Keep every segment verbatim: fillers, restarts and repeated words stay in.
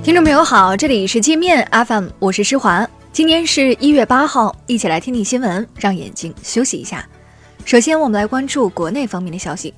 听众朋友好，这里是界面 F M， 我是施华。今天是一月八号，一起来听听新闻，让眼睛休息一下。首先我们来关注国内方面的消息。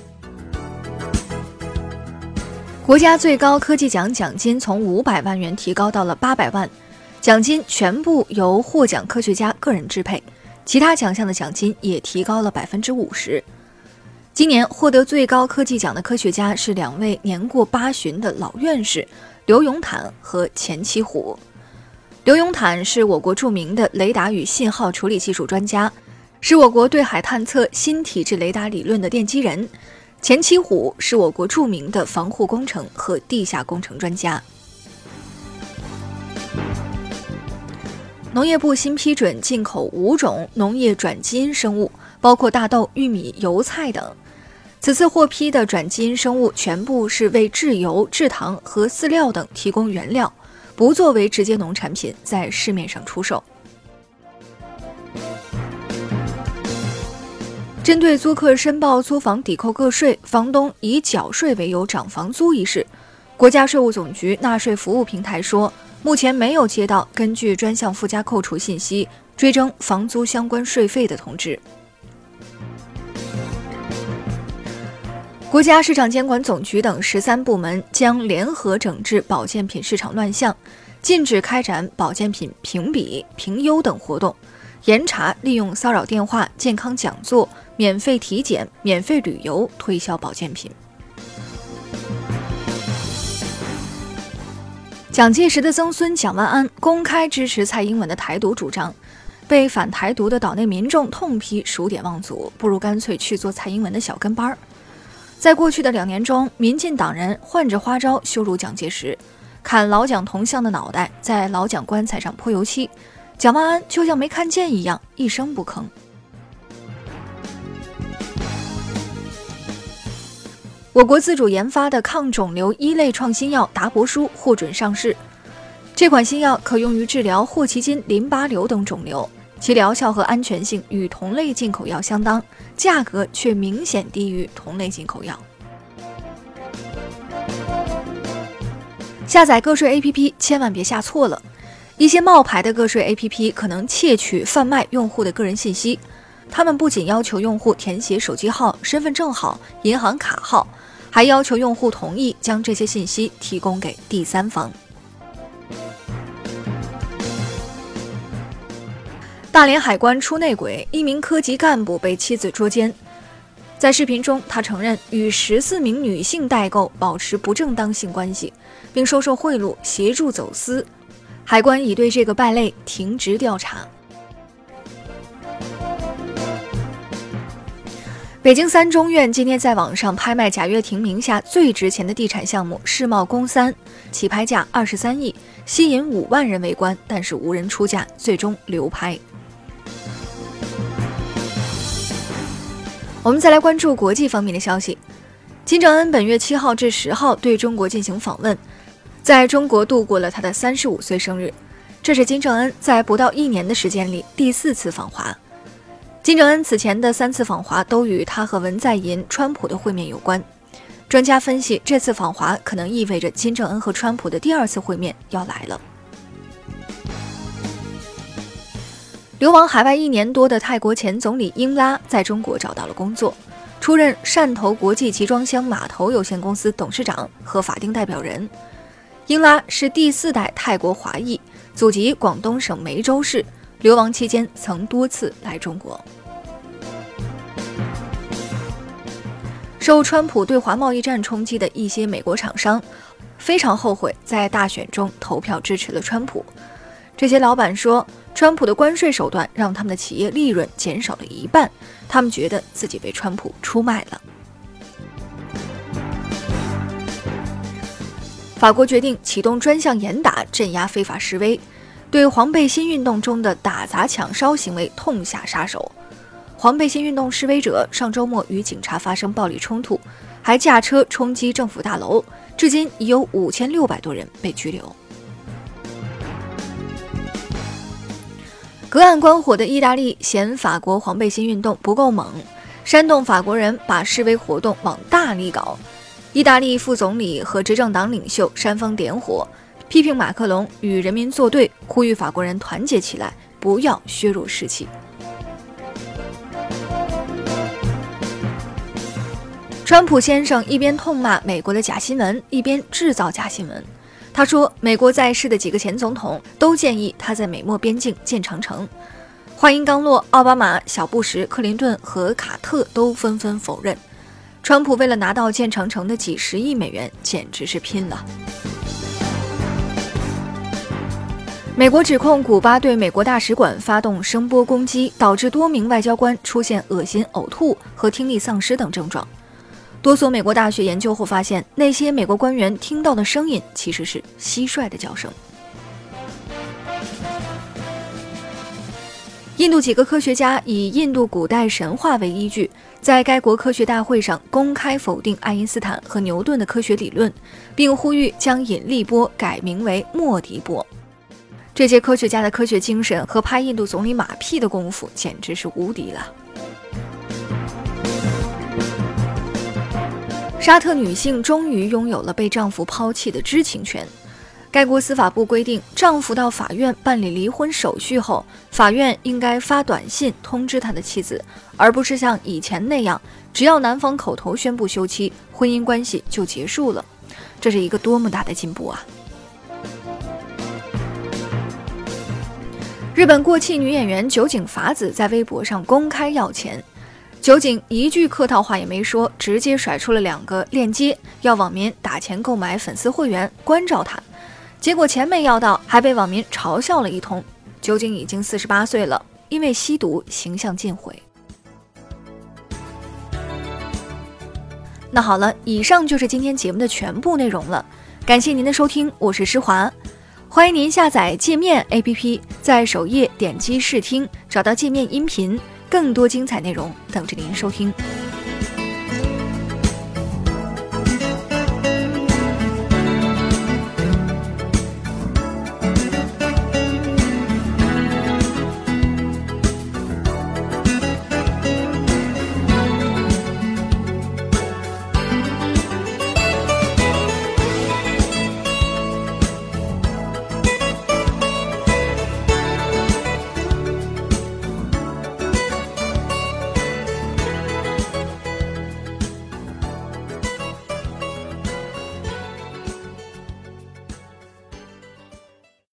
国家最高科技奖奖金从五百万元提高到了八百万，奖金全部由获奖科学家个人支配，其他奖项的奖金也提高了百分之五十。今年获得最高科技奖的科学家是两位年过八旬的老院士刘永坦和钱其虎。刘永坦是我国著名的雷达与信号处理技术专家，是我国对海探测新体制雷达理论的奠基人。钱其虎是我国著名的防护工程和地下工程专家。农业部新批准进口五种农业转基因生物，包括大豆、玉米、油菜等。此次获批的转基因生物全部是为制油、制糖和饲料等提供原料，不作为直接农产品在市面上出售。针对租客申报租房抵扣个税，房东以缴税为由涨房租一事，国家税务总局纳税服务平台说，目前没有接到根据专项附加扣除信息追征房租相关税费的通知。国家市场监管总局等十三部门将联合整治保健品市场乱象，禁止开展保健品评比、评优等活动，严查利用骚扰电话、健康讲座、免费体检、免费旅游推销保健品。蒋介石的曾孙蒋万安公开支持蔡英文的台独主张，被反台独的岛内民众痛批数典忘祖，不如干脆去做蔡英文的小跟班。在过去的两年中，民进党人换着花招羞辱蒋介石，砍老蒋铜像的脑袋，在老蒋棺材上泼油漆，蒋万安就像没看见一样，一声不吭。我国自主研发的抗肿瘤一类创新药达博舒获准上市，这款新药可用于治疗霍奇金淋巴瘤等肿瘤，其疗效和安全性与同类进口药相当，价格却明显低于同类进口药。下载个税 A P P 千万别下错了，一些冒牌的个税 A P P 可能窃取贩卖用户的个人信息，他们不仅要求用户填写手机号、身份证号、银行卡号，还要求用户同意将这些信息提供给第三方。大连海关出内鬼，一名科级干部被妻子捉奸。在视频中，他承认与十四名女性代购保持不正当性关系，并收受贿赂，协助走私。海关已对这个败类停职调查。北京三中院今天在网上拍卖贾跃亭名下最值钱的地产项目世贸宫三，起拍价二十三亿，吸引五万人围观，但是无人出价，最终流拍。我们再来关注国际方面的消息。金正恩本月七号至十号对中国进行访问，在中国度过了他的三十五岁生日，这是金正恩在不到一年的时间里第四次访华。金正恩此前的三次访华都与他和文在寅、川普的会面有关。专家分析，这次访华可能意味着金正恩和川普的第二次会面要来了。流亡海外一年多的泰国前总理英拉在中国找到了工作，出任汕头国际集装箱码头有限公司董事长和法定代表人。英拉是第四代泰国华裔，祖籍广东省梅州市，流亡期间曾多次来中国。受川普对华贸易战冲击的一些美国厂商非常后悔在大选中投票支持了川普。这些老板说，川普的关税手段让他们的企业利润减少了一半，他们觉得自己被川普出卖了。法国决定启动专项严打，镇压非法示威，对黄背心运动中的打砸抢烧行为痛下杀手。黄背心运动示威者上周末与警察发生暴力冲突，还驾车冲击政府大楼，至今已有五千六百多人被拘留。隔岸观火的意大利嫌法国黄背心运动不够猛，煽动法国人把示威活动往大里搞。意大利副总理和执政党领袖煽风点火， 批评马克龙与人民作对，呼吁法国人团结起来，不要削弱士气。川普先生一边痛骂美国的假新闻，一边制造假新闻。他说，美国在世的几个前总统都建议他在美墨边境建长城。话音刚落，奥巴马、小布什、克林顿和卡特都纷纷否认。川普为了拿到建长城的几十亿美元，简直是拼了。美国指控古巴对美国大使馆发动声波攻击，导致多名外交官出现恶心、呕吐和听力丧失等症状。多所美国大学研究后发现，那些美国官员听到的声音其实是蟋蟀的叫声。印度几个科学家以印度古代神话为依据，在该国科学大会上公开否定爱因斯坦和牛顿的科学理论，并呼吁将引力波改名为莫迪波。这些科学家的科学精神和拍印度总理马屁的功夫简直是无敌了。沙特女性终于拥有了被丈夫抛弃的知情权。该国司法部规定，丈夫到法院办理离婚手续后，法院应该发短信通知他的妻子，而不是像以前那样，只要男方口头宣布休妻，婚姻关系就结束了。这是一个多么大的进步啊！日本过气女演员酒井法子在微博上公开要钱，酒井一句客套话也没说，直接甩出了两个链接，要网民打钱购买粉丝会员，关照她。结果钱没要到，还被网民嘲笑了一通。酒井已经四十八岁了，因为吸毒形象尽毁。那好了，以上就是今天节目的全部内容了，感谢您的收听，我是施华。欢迎您下载界面 A P P， 在首页点击试听，找到界面音频，更多精彩内容等着您收听。